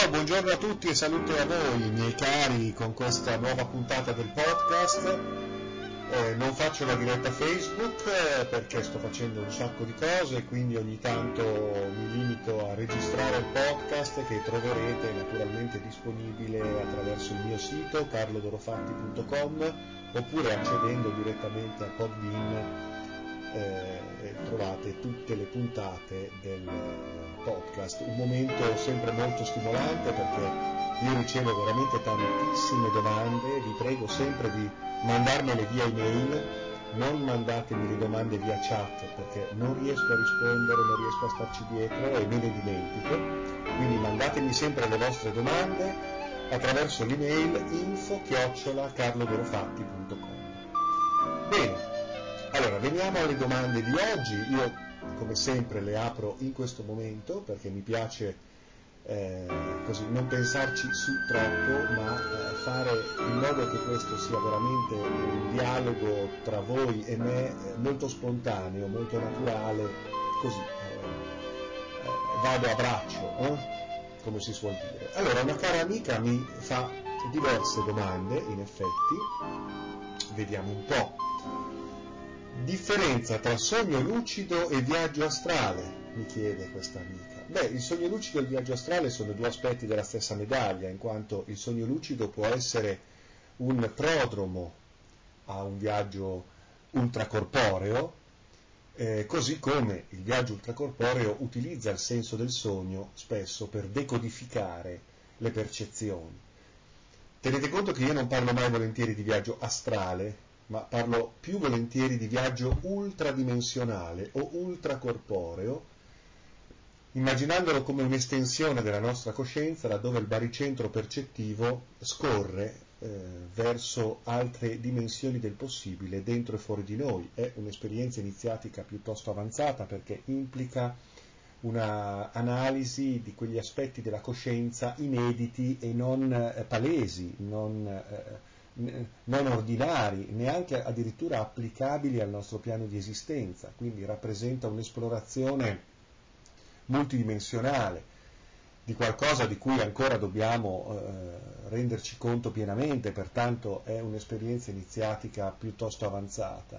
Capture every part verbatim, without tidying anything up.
Ciao, buongiorno a tutti e salute a voi, miei cari, con questa nuova puntata del podcast. Eh, non faccio la diretta Facebook eh, perché sto facendo un sacco di cose, quindi ogni tanto mi limito a registrare il podcast che troverete naturalmente disponibile attraverso il mio sito carlo dorofatti punto com oppure accedendo direttamente a Podbean. Eh, trovate tutte le puntate del podcast. Un momento sempre molto stimolante perché io ricevo veramente tantissime domande. Vi prego sempre di mandarmele via email, non mandatemi le domande via chat perché non riesco a rispondere, non riesco a starci dietro e me ne dimentico. Quindi mandatemi sempre le vostre domande attraverso l'email info chiocciola carlo dorofatti punto com. Bene. Allora, veniamo alle domande di oggi. Io, come sempre, le apro in questo momento perché mi piace eh, così non pensarci su troppo, ma eh, fare in modo che questo sia veramente un dialogo tra voi e me eh, molto spontaneo, molto naturale, così eh, eh, vado a braccio, eh? come si suol dire. Allora, una cara amica mi fa diverse domande, in effetti, vediamo un po'. Differenza tra sogno lucido e viaggio astrale, mi chiede questa amica. Beh, il sogno lucido e il viaggio astrale sono due aspetti della stessa medaglia, in quanto il sogno lucido può essere un prodromo a un viaggio ultracorporeo, eh, così come il viaggio ultracorporeo utilizza il senso del sogno spesso per decodificare le percezioni. Tenete conto che io non parlo mai volentieri di viaggio astrale, ma parlo più volentieri di viaggio ultradimensionale o ultracorporeo, immaginandolo come un'estensione della nostra coscienza laddove il baricentro percettivo scorre eh, verso altre dimensioni del possibile dentro e fuori di noi. È un'esperienza iniziatica piuttosto avanzata perché implica una analisi di quegli aspetti della coscienza inediti e non eh, palesi, non eh, non ordinari, neanche addirittura applicabili al nostro piano di esistenza, quindi rappresenta un'esplorazione multidimensionale di qualcosa di cui ancora dobbiamo eh, renderci conto pienamente, pertanto è un'esperienza iniziatica piuttosto avanzata.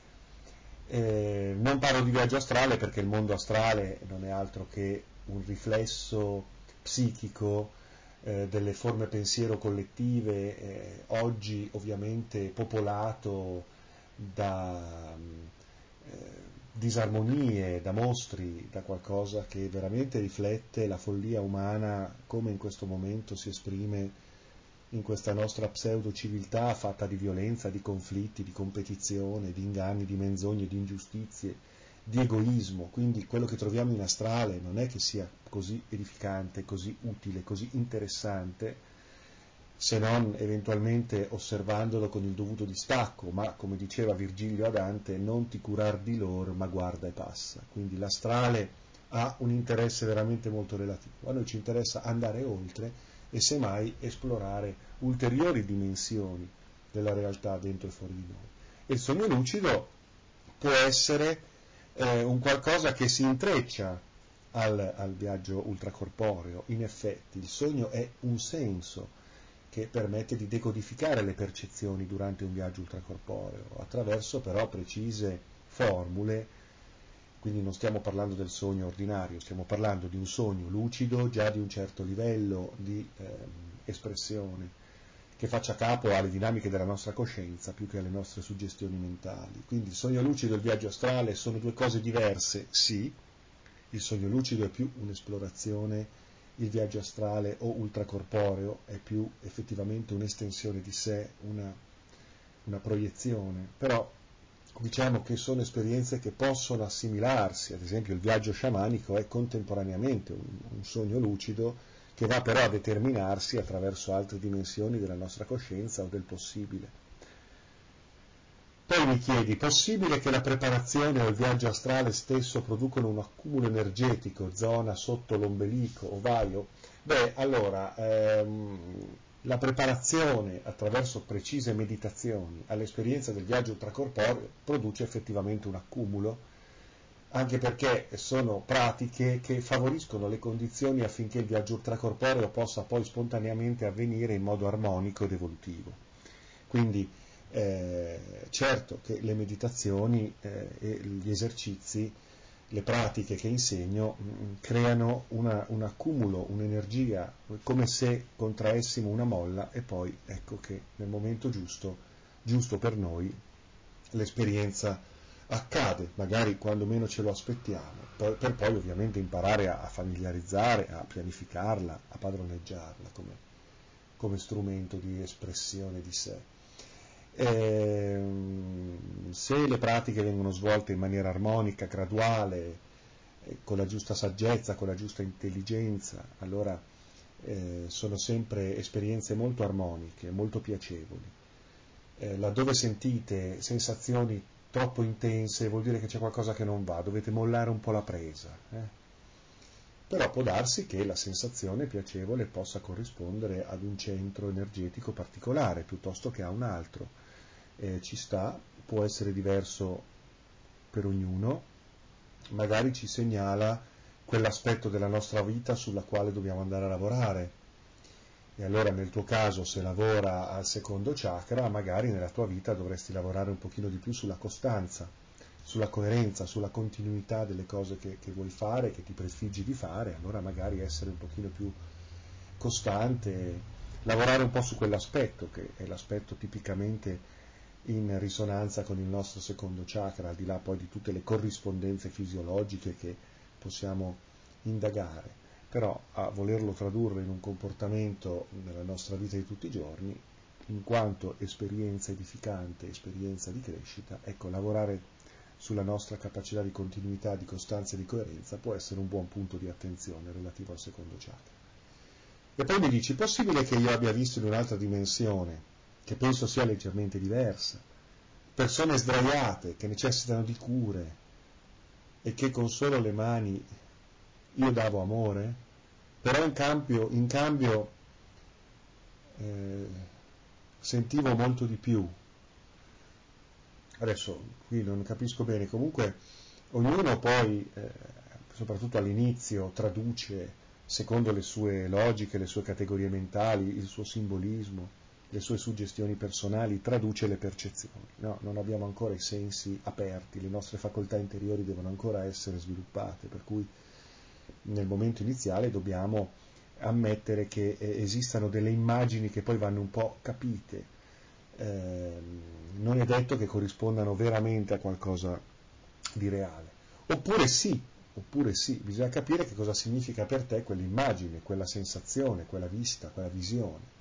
Eh, non parlo di viaggio astrale perché il mondo astrale non è altro che un riflesso psichico Eh, delle forme pensiero collettive, eh, oggi ovviamente popolato da eh, disarmonie, da mostri, da qualcosa che veramente riflette la follia umana come in questo momento si esprime in questa nostra pseudo-civiltà fatta di violenza, di conflitti, di competizione, di inganni, di menzogne, di ingiustizie, di egoismo. Quindi quello che troviamo in astrale non è che sia così edificante, così utile, così interessante, se non eventualmente osservandolo con il dovuto distacco, ma come diceva Virgilio a Dante, non ti curar di lor, ma guarda e passa. Quindi l'astrale ha un interesse veramente molto relativo. A noi ci interessa andare oltre e semmai esplorare ulteriori dimensioni della realtà dentro e fuori di noi. E il sogno lucido può essere Eh, un qualcosa che si intreccia al, al viaggio ultracorporeo. In effetti il sogno è un senso che permette di decodificare le percezioni durante un viaggio ultracorporeo attraverso però precise formule, quindi non stiamo parlando del sogno ordinario, stiamo parlando di un sogno lucido già di un certo livello di eh, espressione che faccia capo alle dinamiche della nostra coscienza più che alle nostre suggestioni mentali. Quindi il sogno lucido e il viaggio astrale sono due cose diverse, sì, il sogno lucido è più un'esplorazione, il viaggio astrale o ultracorporeo è più effettivamente un'estensione di sé, una, una proiezione, però diciamo che sono esperienze che possono assimilarsi, ad esempio il viaggio sciamanico è contemporaneamente un, un sogno lucido che va però a determinarsi attraverso altre dimensioni della nostra coscienza o del possibile. Poi mi chiedi, possibile che la preparazione o il viaggio astrale stesso producano un accumulo energetico, zona sotto l'ombelico, ovario? Beh, allora, ehm, la preparazione attraverso precise meditazioni all'esperienza del viaggio ultracorporeo produce effettivamente un accumulo anche perché sono pratiche che favoriscono le condizioni affinché il viaggio ultracorporeo possa poi spontaneamente avvenire in modo armonico ed evolutivo. Quindi eh, certo che le meditazioni eh, e gli esercizi, le pratiche che insegno mh, creano una, un accumulo, un'energia, come se contraessimo una molla e poi ecco che nel momento giusto, giusto per noi, l'esperienza accade, magari quando meno ce lo aspettiamo, per, per poi ovviamente imparare a, a familiarizzare, a pianificarla, a padroneggiarla come, come strumento di espressione di sé. E, se le pratiche vengono svolte in maniera armonica, graduale, eh, con la giusta saggezza, con la giusta intelligenza, allora eh, sono sempre esperienze molto armoniche, molto piacevoli. Eh, laddove sentite sensazioni troppo intense vuol dire che c'è qualcosa che non va, dovete mollare un po' la presa. Eh? Però può darsi che la sensazione piacevole possa corrispondere ad un centro energetico particolare piuttosto che a un altro. Eh, ci sta, può essere diverso per ognuno, magari ci segnala quell'aspetto della nostra vita sulla quale dobbiamo andare a lavorare. E allora nel tuo caso, se lavora al secondo chakra, magari nella tua vita dovresti lavorare un pochino di più sulla costanza, sulla coerenza, sulla continuità delle cose che, che vuoi fare, che ti prefiggi di fare, allora magari essere un pochino più costante, lavorare un po' su quell'aspetto, che è l'aspetto tipicamente in risonanza con il nostro secondo chakra, al di là poi di tutte le corrispondenze fisiologiche che possiamo indagare. Però a volerlo tradurre in un comportamento nella nostra vita di tutti i giorni, in quanto esperienza edificante, esperienza di crescita, ecco, lavorare sulla nostra capacità di continuità, di costanza e di coerenza può essere un buon punto di attenzione relativo al secondo chakra. E poi mi dici, possibile che io abbia visto in un'altra dimensione, che penso sia leggermente diversa, persone sdraiate che necessitano di cure e che con solo le mani io davo amore, però in cambio, in cambio eh, sentivo molto di più. Adesso qui non capisco bene, comunque ognuno poi, eh, soprattutto all'inizio, traduce secondo le sue logiche, le sue categorie mentali, il suo simbolismo, le sue suggestioni personali, traduce le percezioni. No, non abbiamo ancora i sensi aperti, le nostre facoltà interiori devono ancora essere sviluppate, per cui nel momento iniziale dobbiamo ammettere che eh, esistano delle immagini che poi vanno un po' capite. Eh, non è detto che corrispondano veramente a qualcosa di reale. Oppure sì, oppure sì, bisogna capire che cosa significa per te quell'immagine, quella sensazione, quella vista, quella visione.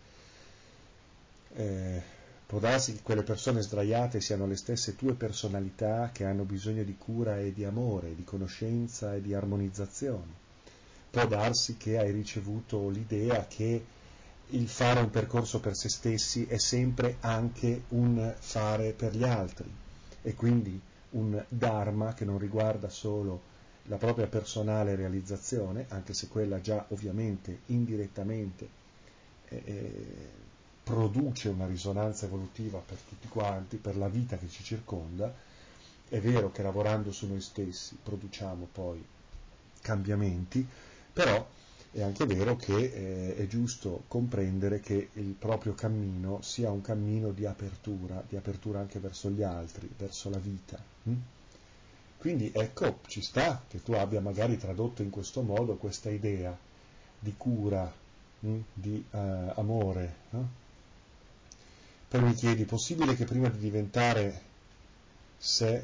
Eh, può darsi che quelle persone sdraiate siano le stesse tue personalità che hanno bisogno di cura e di amore, di conoscenza e di armonizzazione. Può darsi che hai ricevuto l'idea che il fare un percorso per se stessi è sempre anche un fare per gli altri e quindi un dharma che non riguarda solo la propria personale realizzazione, anche se quella già ovviamente indirettamente eh, produce una risonanza evolutiva per tutti quanti, per la vita che ci circonda. È vero che lavorando su noi stessi produciamo poi cambiamenti, però è anche vero che eh, è giusto comprendere che il proprio cammino sia un cammino di apertura, di apertura anche verso gli altri, verso la vita. Hm? Quindi ecco, ci sta che tu abbia magari tradotto in questo modo questa idea di cura, hm? di eh, amore. Eh? Poi mi chiedi, possibile che prima di diventare sé,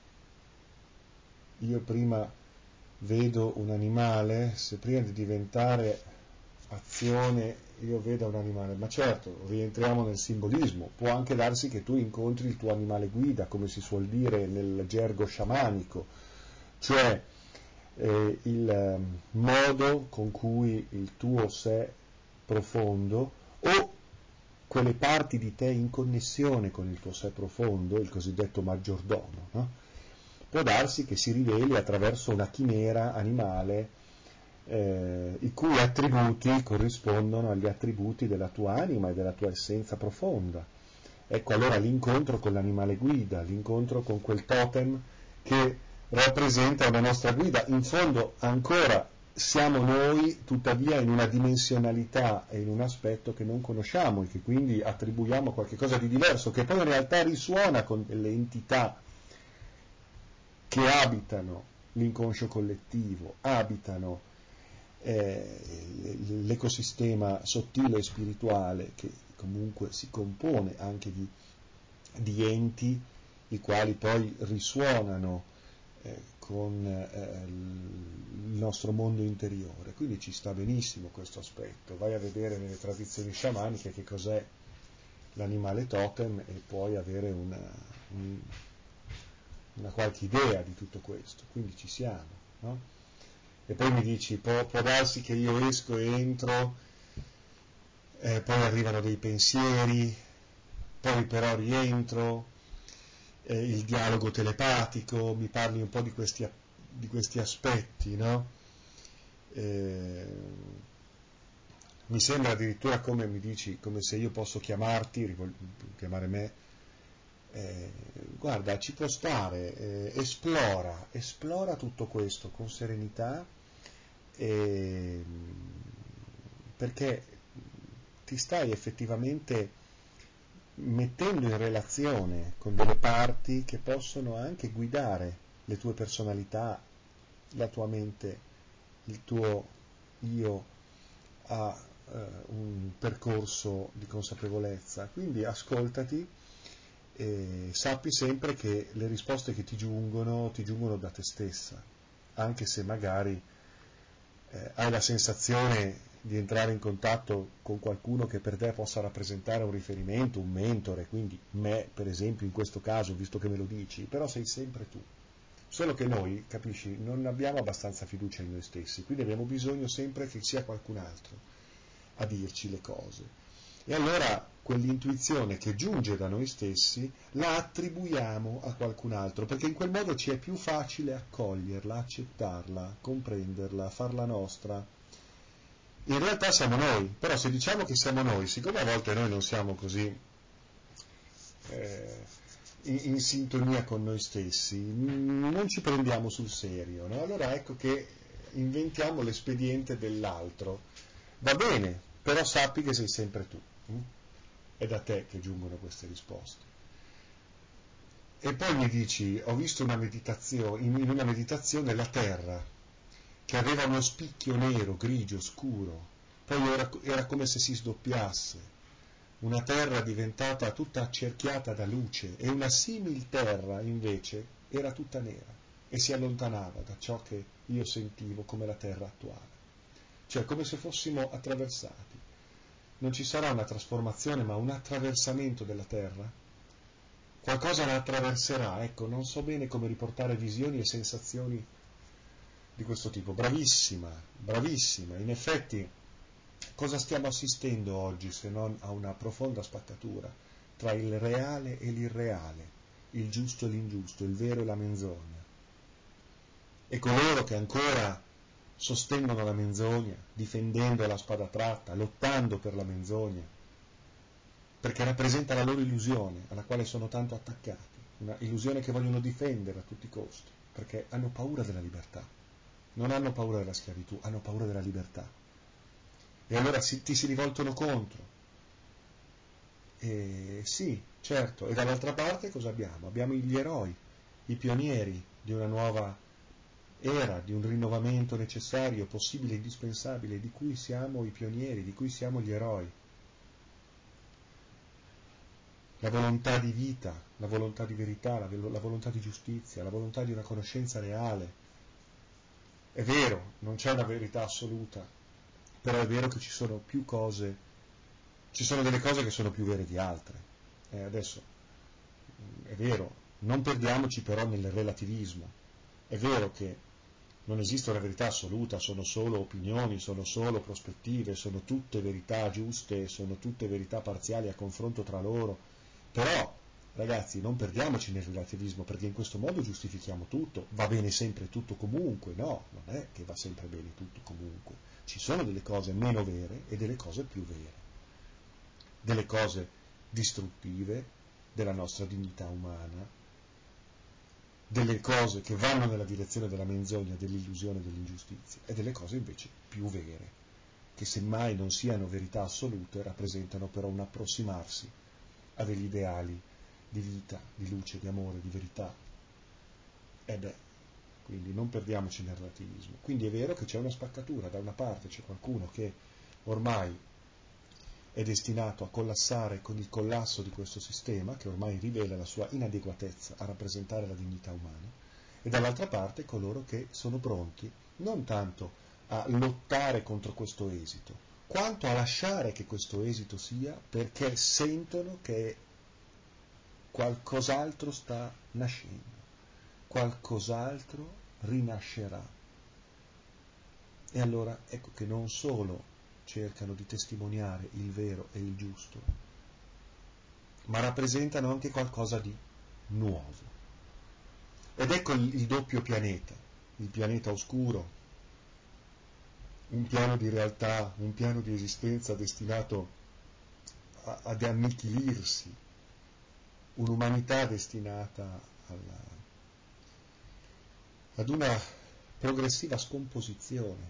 io prima vedo un animale, se prima di diventare azione io vedo un animale, ma certo, rientriamo nel simbolismo, può anche darsi che tu incontri il tuo animale guida, come si suol dire nel gergo sciamanico, cioè eh, il eh, modo con cui il tuo sé profondo o quelle parti di te in connessione con il tuo sé profondo, il cosiddetto maggiordomo, no? Può darsi che si riveli attraverso una chimera animale eh, i cui attributi corrispondono agli attributi della tua anima e della tua essenza profonda. Ecco allora l'incontro con l'animale guida, l'incontro con quel totem che rappresenta una nostra guida. In fondo ancora siamo noi, tuttavia, in una dimensionalità e in un aspetto che non conosciamo e che quindi attribuiamo a qualcosa di diverso, che poi in realtà risuona con delle entità che abitano l'inconscio collettivo, abitano eh, l'ecosistema sottile e spirituale, che comunque si compone anche di, di enti i quali poi risuonano eh, con eh, il nostro mondo interiore. Quindi ci sta benissimo questo aspetto. Vai a vedere nelle tradizioni sciamaniche che cos'è l'animale totem e puoi avere una, un, una qualche idea di tutto questo. Quindi ci siamo, no? E poi mi dici, può, può darsi che io esco e entro, eh, poi arrivano dei pensieri, poi però rientro, eh, il dialogo telepatico, mi parli un po' di questi, di questi aspetti, no? Eh, mi sembra addirittura, come mi dici, come se io posso chiamarti, chiamare me, eh, guarda, ci può stare, eh, esplora, esplora tutto questo con serenità, eh, perché ti stai effettivamente mettendo in relazione con delle parti che possono anche guidare le tue personalità, la tua mente, il tuo io a eh, un percorso di consapevolezza. Quindi ascoltati e sappi sempre che le risposte che ti giungono ti giungono da te stessa, anche se magari eh, hai la sensazione di entrare in contatto con qualcuno che per te possa rappresentare un riferimento, un mentore, quindi me per esempio in questo caso, visto che me lo dici, però sei sempre tu. Solo che noi, capisci, non abbiamo abbastanza fiducia in noi stessi, quindi abbiamo bisogno sempre che sia qualcun altro a dirci le cose. E allora quell'intuizione che giunge da noi stessi la attribuiamo a qualcun altro, perché in quel modo ci è più facile accoglierla, accettarla, comprenderla, farla nostra. In realtà siamo noi, però se diciamo che siamo noi, siccome a volte noi non siamo così eh, in, in sintonia con noi stessi, non ci prendiamo sul serio, no? Allora ecco che inventiamo l'espediente dell'altro. Va bene, però sappi che sei sempre tu. Hm? È da te che giungono queste risposte. E poi mi dici, ho visto una meditazione, in una meditazione la terra, che aveva uno spicchio nero, grigio, scuro, poi era, era come se si sdoppiasse, una terra diventata tutta accerchiata da luce, e una simil terra invece era tutta nera e si allontanava da ciò che io sentivo come la terra attuale, cioè come se fossimo attraversati. Non ci sarà una trasformazione, ma un attraversamento della terra. Qualcosa la attraverserà, ecco, non so bene come riportare visioni e sensazioni di questo tipo. Bravissima, bravissima. In effetti, cosa stiamo assistendo oggi se non a una profonda spaccatura tra il reale e l'irreale, il giusto e l'ingiusto, il vero e la menzogna? E coloro che ancora sostengono la menzogna, difendendo la spada tratta, lottando per la menzogna, perché rappresenta la loro illusione, alla quale sono tanto attaccati, una illusione che vogliono difendere a tutti i costi, perché hanno paura della libertà, non hanno paura della schiavitù, hanno paura della libertà. E allora si, ti si rivoltano contro. E sì, certo, e dall'altra parte cosa abbiamo? Abbiamo gli eroi, i pionieri di una nuova era, di un rinnovamento necessario, possibile, indispensabile, di cui siamo i pionieri, di cui siamo gli eroi. La volontà di vita, la volontà di verità, la, la volontà di giustizia, la volontà di una conoscenza reale. È vero, non c'è una verità assoluta, però è vero che ci sono più cose, ci sono delle cose che sono più vere di altre. Eh, adesso, è vero, non perdiamoci però nel relativismo. È vero che non esiste una verità assoluta, sono solo opinioni, sono solo prospettive, sono tutte verità giuste, sono tutte verità parziali a confronto tra loro. Però, ragazzi, non perdiamoci nel relativismo, perché in questo modo giustifichiamo tutto. Va bene sempre tutto comunque? No, non è che va sempre bene tutto comunque. Ci sono delle cose meno vere e delle cose più vere, delle cose distruttive della nostra dignità umana, delle cose che vanno nella direzione della menzogna, dell'illusione, dell'ingiustizia, e delle cose invece più vere, che semmai non siano verità assolute, rappresentano però un approssimarsi a degli ideali di vita, di luce, di amore, di verità. E beh, quindi non perdiamoci nel relativismo. Quindi è vero che c'è una spaccatura, da una parte c'è qualcuno che ormai è destinato a collassare con il collasso di questo sistema, che ormai rivela la sua inadeguatezza a rappresentare la dignità umana, e dall'altra parte coloro che sono pronti non tanto a lottare contro questo esito, quanto a lasciare che questo esito sia, perché sentono che qualcos'altro sta nascendo, qualcos'altro rinascerà. E allora ecco che non solo cercano di testimoniare il vero e il giusto, ma rappresentano anche qualcosa di nuovo. Ed ecco il, il doppio pianeta, il pianeta oscuro, un piano di realtà, un piano di esistenza destinato a, ad annichilirsi, un'umanità destinata alla, ad una progressiva scomposizione,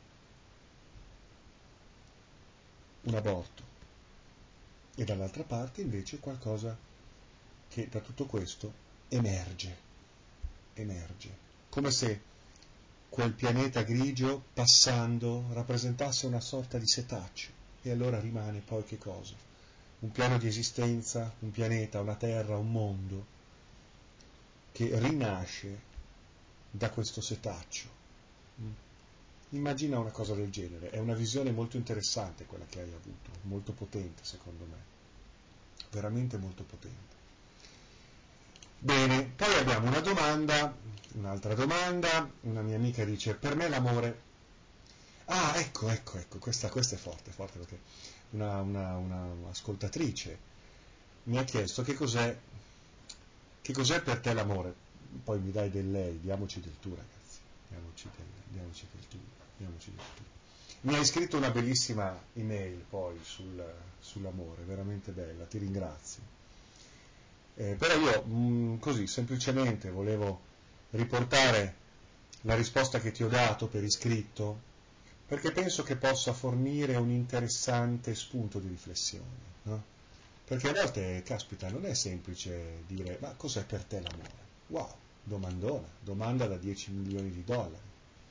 un aborto, e dall'altra parte invece qualcosa che da tutto questo emerge, emerge, come se quel pianeta grigio passando rappresentasse una sorta di setaccio, e allora rimane poi che cosa? Un piano di esistenza, un pianeta, una terra, un mondo che rinasce da questo setaccio. Immagina una cosa del genere, è una visione molto interessante quella che hai avuto, molto potente secondo me, veramente molto potente. Bene, poi abbiamo una domanda, un'altra domanda, una mia amica dice, per me l'amore... Ah, ecco, ecco, ecco, questa, questa è forte, forte perché una, una, una ascoltatrice mi ha chiesto che cos'è, che cos'è per te l'amore. Poi mi dai del lei, diamoci del tu ragazzi, diamoci del, diamoci del tu. Mi hai scritto una bellissima email poi sul, sull'amore, veramente bella, ti ringrazio. Eh, però io mh, così semplicemente volevo riportare la risposta che ti ho dato per iscritto, perché penso che possa fornire un interessante spunto di riflessione, no? Perché a volte, caspita, non è semplice dire ma cos'è per te l'amore? Wow, domandona, domanda da dieci milioni di dollari.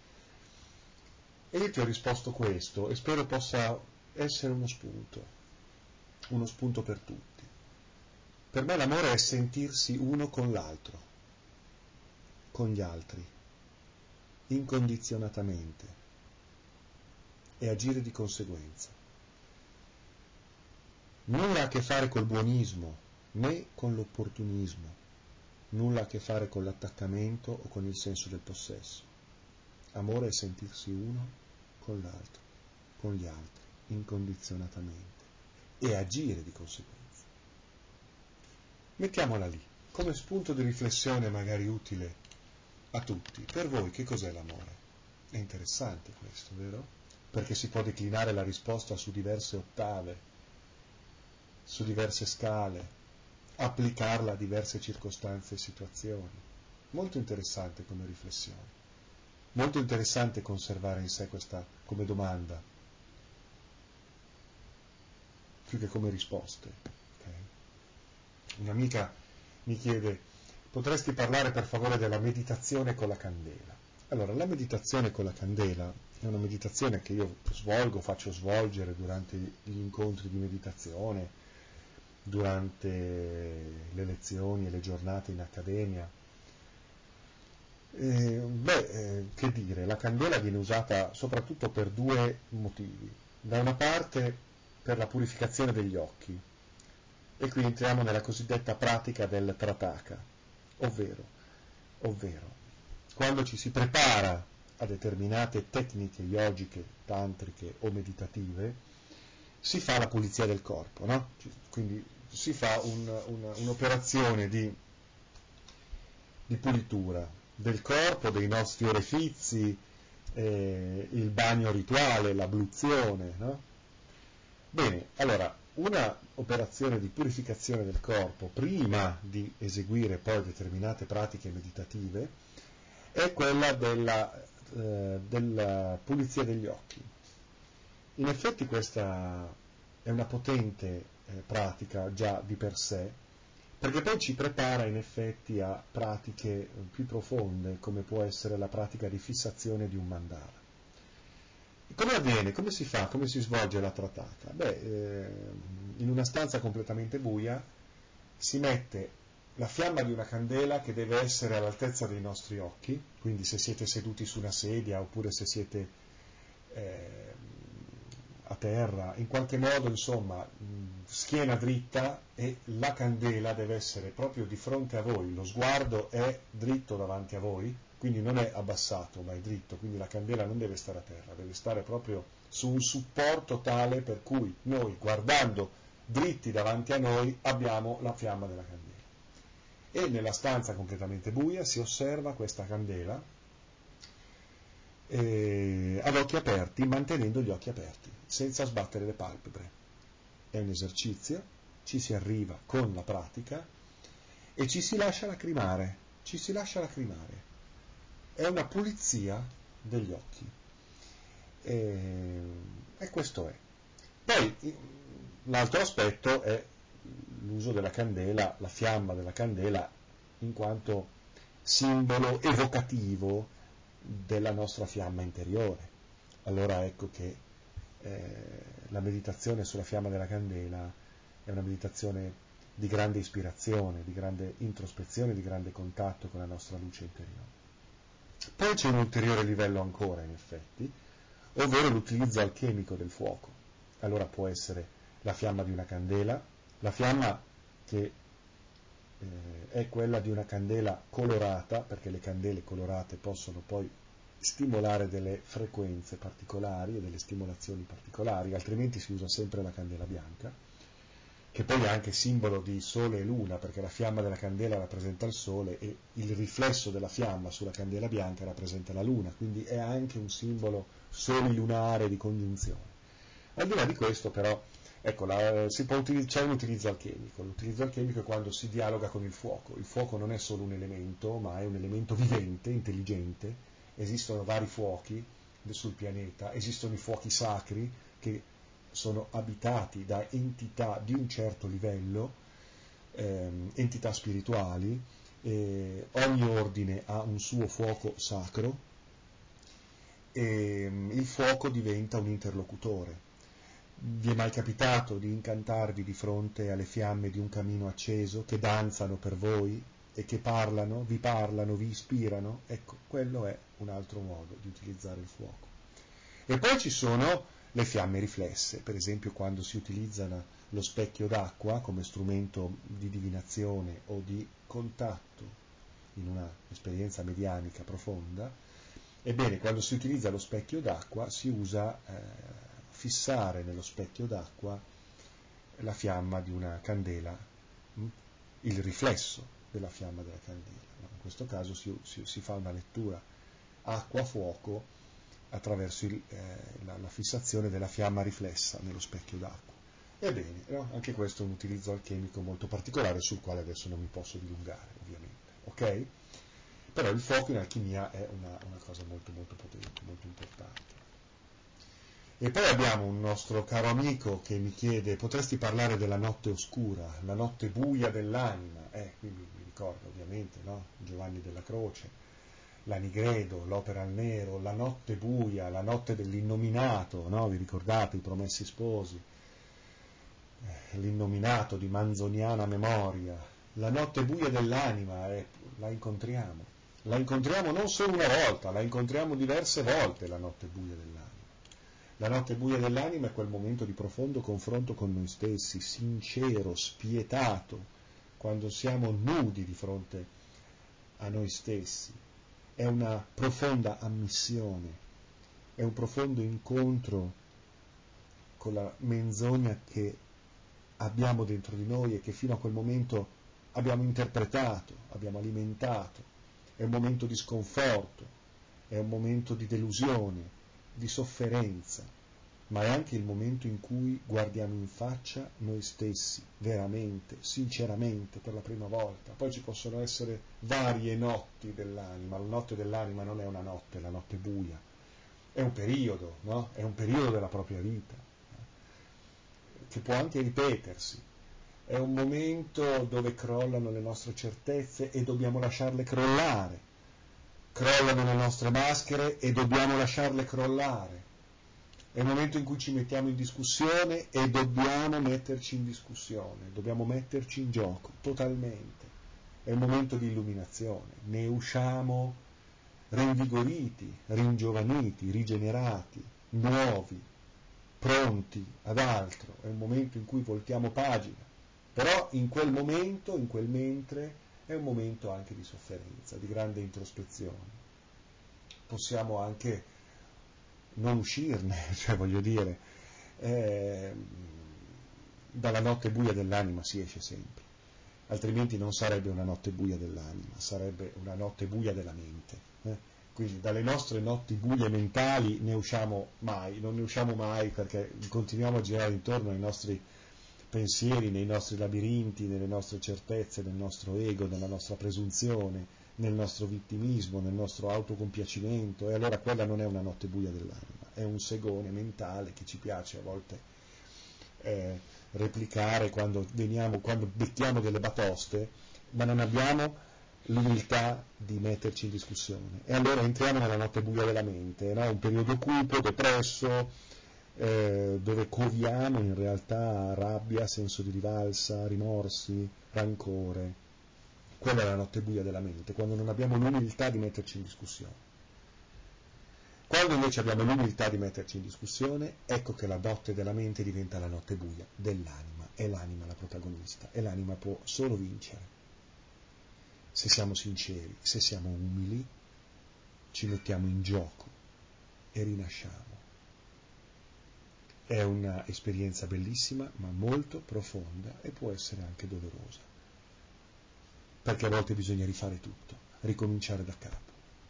E io ti ho risposto questo e spero possa essere uno spunto, uno spunto per tutti. Per me l'amore è sentirsi uno con l'altro, con gli altri, incondizionatamente, e agire di conseguenza. Nulla ha a che fare col buonismo, né con l'opportunismo, nulla ha a che fare con l'attaccamento o con il senso del possesso. Amore è sentirsi uno con l'altro, con gli altri, incondizionatamente, e agire di conseguenza. Mettiamola lì, come spunto di riflessione magari utile a tutti. Per voi che cos'è l'amore? È interessante questo, vero? Perché si può declinare la risposta su diverse ottave, su diverse scale, applicarla a diverse circostanze e situazioni. Molto interessante come riflessione. Molto interessante conservare in sé questa come domanda, più che come risposte. Okay? Un'amica mi chiede, potresti parlare per favore della meditazione con la candela? Allora, la meditazione con la candela è una meditazione che io svolgo, faccio svolgere durante gli incontri di meditazione, durante le lezioni e le giornate in accademia. Eh, beh, eh, che dire, la candela viene usata soprattutto per due motivi. Da una parte per la purificazione degli occhi, e qui entriamo nella cosiddetta pratica del trataka, ovvero, ovvero quando ci si prepara a determinate tecniche yogiche, tantriche o meditative, si fa la pulizia del corpo, no? Quindi si fa un, un, un'operazione di, di pulitura del corpo, dei nostri orefizi, eh, il bagno rituale, l'abluzione, no? Bene, allora, una operazione di purificazione del corpo prima di eseguire poi determinate pratiche meditative è quella della, eh, della pulizia degli occhi. In effetti questa è una potente eh, pratica già di per sé, perché poi ci prepara in effetti a pratiche più profonde, come può essere la pratica di fissazione di un mandala. Come avviene? Come si fa? Come si svolge la trataka? Beh, eh, in una stanza completamente buia si mette la fiamma di una candela che deve essere all'altezza dei nostri occhi, quindi se siete seduti su una sedia oppure se siete eh, a terra, in qualche modo, insomma, schiena dritta, e la candela deve essere proprio di fronte a voi, lo sguardo è dritto davanti a voi, quindi non è abbassato ma è dritto, quindi la candela non deve stare a terra, deve stare proprio su un supporto tale per cui noi, guardando dritti davanti a noi, abbiamo la fiamma della candela. E nella stanza completamente buia si osserva questa candela eh, ad occhi aperti, mantenendo gli occhi aperti, senza sbattere le palpebre. È un esercizio, ci si arriva con la pratica e ci si lascia lacrimare, ci si lascia lacrimare. È una pulizia degli occhi. E, e questo è. Poi l'altro aspetto è l'uso della candela, la fiamma della candela, in quanto simbolo evocativo della nostra fiamma interiore. Allora ecco che eh, la meditazione sulla fiamma della candela è una meditazione di grande ispirazione, di grande introspezione, di grande contatto con la nostra luce interiore. Poi c'è un ulteriore livello ancora, in effetti, ovvero l'utilizzo alchemico del fuoco. Allora può essere la fiamma di una candela, la fiamma che eh, è quella di una candela colorata, perché le candele colorate possono poi stimolare delle frequenze particolari e delle stimolazioni particolari, altrimenti si usa sempre la candela bianca, che poi è anche simbolo di sole e luna, perché la fiamma della candela rappresenta il sole e il riflesso della fiamma sulla candela bianca rappresenta la luna, quindi è anche un simbolo solilunare di congiunzione. Al di là di questo però, ecco, la, si può utilizzare, c'è un utilizzo alchemico. L'utilizzo alchemico è quando si dialoga con il fuoco. Il fuoco non è solo un elemento, ma è un elemento vivente, intelligente. Esistono vari fuochi sul pianeta, esistono i fuochi sacri che sono abitati da entità di un certo livello, ehm, entità spirituali, eh, ogni ordine ha un suo fuoco sacro e um, il fuoco diventa un interlocutore. Vi è mai capitato di incantarvi di fronte alle fiamme di un camino acceso che danzano per voi e che parlano, vi parlano, vi ispirano? Ecco, quello è un altro modo di utilizzare il fuoco. E poi ci sono le fiamme riflesse, per esempio quando si utilizza lo specchio d'acqua come strumento di divinazione o di contatto in una esperienza medianica profonda. Ebbene, quando si utilizza lo specchio d'acqua si usa eh, fissare nello specchio d'acqua la fiamma di una candela, mh? il riflesso della fiamma della candela. No? In questo caso si, si, si fa una lettura acqua-fuoco attraverso il, eh, la, la fissazione della fiamma riflessa nello specchio d'acqua. Ebbene, no? Anche questo è un utilizzo alchemico molto particolare sul quale adesso non mi posso dilungare, ovviamente. Ok? Però il fuoco in alchimia è una, una cosa molto molto potente, molto importante. E poi abbiamo un nostro caro amico che mi chiede: potresti parlare della notte oscura, la notte buia dell'anima? Eh, qui mi, mi ricordo ovviamente, no? Giovanni della Croce, la Nigredo, l'Opera al Nero, la notte buia, la notte dell'innominato, no? Vi ricordate i Promessi Sposi? Eh, l'innominato di manzoniana memoria, la notte buia dell'anima, eh, la incontriamo. La incontriamo non solo una volta, la incontriamo diverse volte, la notte buia dell'anima. La notte buia dell'anima è quel momento di profondo confronto con noi stessi, sincero, spietato, quando siamo nudi di fronte a noi stessi. È una profonda ammissione, è un profondo incontro con la menzogna che abbiamo dentro di noi e che fino a quel momento abbiamo interpretato, abbiamo alimentato. È un momento di sconforto, è un momento di delusione, di sofferenza. ma è anche il momento in cui guardiamo in faccia noi stessi, veramente, sinceramente, per la prima volta. Poi ci possono essere varie notti dell'anima, la notte dell'anima non è una notte, la notte buia, è un periodo, no? È un periodo della propria vita, che può anche ripetersi. È un momento dove crollano le nostre certezze e dobbiamo lasciarle crollare, crollano le nostre maschere e dobbiamo lasciarle crollare. È il momento in cui ci mettiamo in discussione e dobbiamo metterci in discussione, dobbiamo metterci in gioco totalmente. È un momento di illuminazione, ne usciamo rinvigoriti, ringiovaniti, rigenerati, nuovi, pronti ad altro. È un momento in cui voltiamo pagina, però in quel momento, in quel mentre, è un momento anche di sofferenza, di grande introspezione. Possiamo anche non uscirne, cioè voglio dire, eh, dalla notte buia dell'anima si esce sempre, altrimenti non sarebbe una notte buia dell'anima, sarebbe una notte buia della mente. Eh? Quindi dalle nostre notti buie mentali ne usciamo mai, non ne usciamo mai perché continuiamo a girare intorno ai nostri pensieri, nei nostri labirinti, nelle nostre certezze, nel nostro ego, nella nostra presunzione, nel nostro vittimismo, nel nostro autocompiacimento, e allora quella non è una notte buia dell'anima, è un segone mentale che ci piace a volte eh, replicare quando veniamo, quando becchiamo delle batoste, ma non abbiamo l'umiltà di metterci in discussione. E allora entriamo nella notte buia della mente, no? Un periodo cupo, depresso, eh, dove coviamo in realtà rabbia, senso di rivalsa, rimorsi, rancore. Quella è la notte buia della mente, quando non abbiamo l'umiltà di metterci in discussione. Quando invece abbiamo l'umiltà di metterci in discussione, ecco che la notte della mente diventa la notte buia dell'anima, è l'anima la protagonista, e l'anima può solo vincere. Se siamo sinceri, se siamo umili, ci mettiamo in gioco e rinasciamo. È un'esperienza bellissima, ma molto profonda e può essere anche dolorosa. Perché a volte bisogna rifare tutto, ricominciare da capo.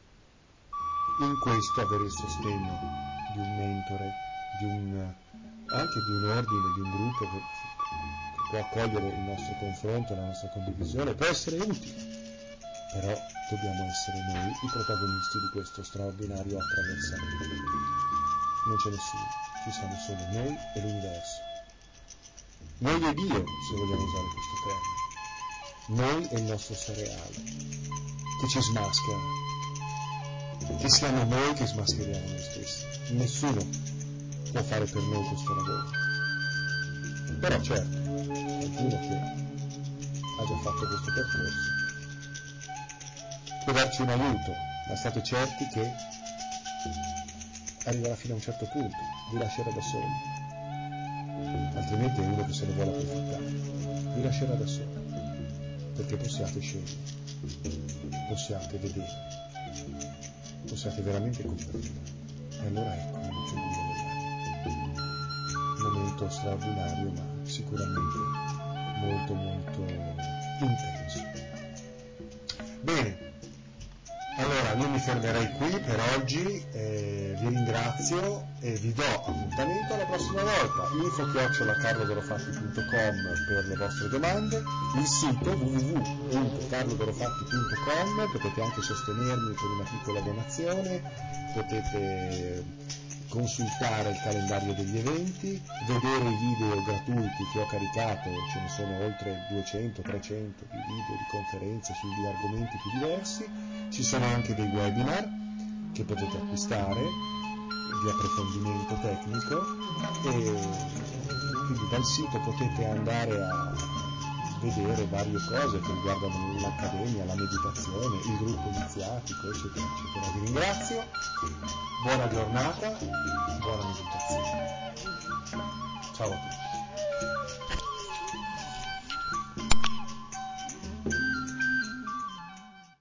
In questo avere il sostegno di un mentore, di un, anche di un ordine, di un gruppo che, che può accogliere il nostro confronto, la nostra condivisione, può essere utile, però dobbiamo essere noi i protagonisti di questo straordinario attraversamento. Non c'è nessuno, ci siamo solo noi e l'universo. Noi e Dio, se vogliamo usare questo termine. Noi e il nostro seriale, che ci smaschera, che siamo noi che smascheriamo noi stessi. Nessuno può fare per noi questo lavoro. Però certo, qualcuno che ha già fatto questo percorso può darci un aiuto, ma state certi che arriverà fino a un certo punto, vi lascerà da soli. Altrimenti è uno che se ne vuole approfittare. Vi lascerà da soli. Perché possiate scegliere, possiate vedere, possiate veramente comprendere. E allora ecco la notte buia dell'anima. Un momento straordinario, ma sicuramente molto molto intenso. Bene, allora io mi fermerei qui per oggi, eh, vi ringrazio e vi do appuntamento alla prossima volta. info chiocciola carlodorofatti punto com per le vostre domande, il sito w w w punto carlodorofatti punto com, potete anche sostenermi con una piccola donazione, potete consultare il calendario degli eventi, vedere i video gratuiti che ho caricato, ce ne sono oltre duecento trecento di video, di conferenze sugli argomenti più diversi, ci sono anche dei webinar che potete acquistare di approfondimento tecnico e quindi dal sito potete andare a vedere varie cose che riguardano l'accademia, la meditazione, il gruppo iniziatico, eccetera, eccetera. Vi ringrazio, buona giornata, buona meditazione. Ciao a tutti.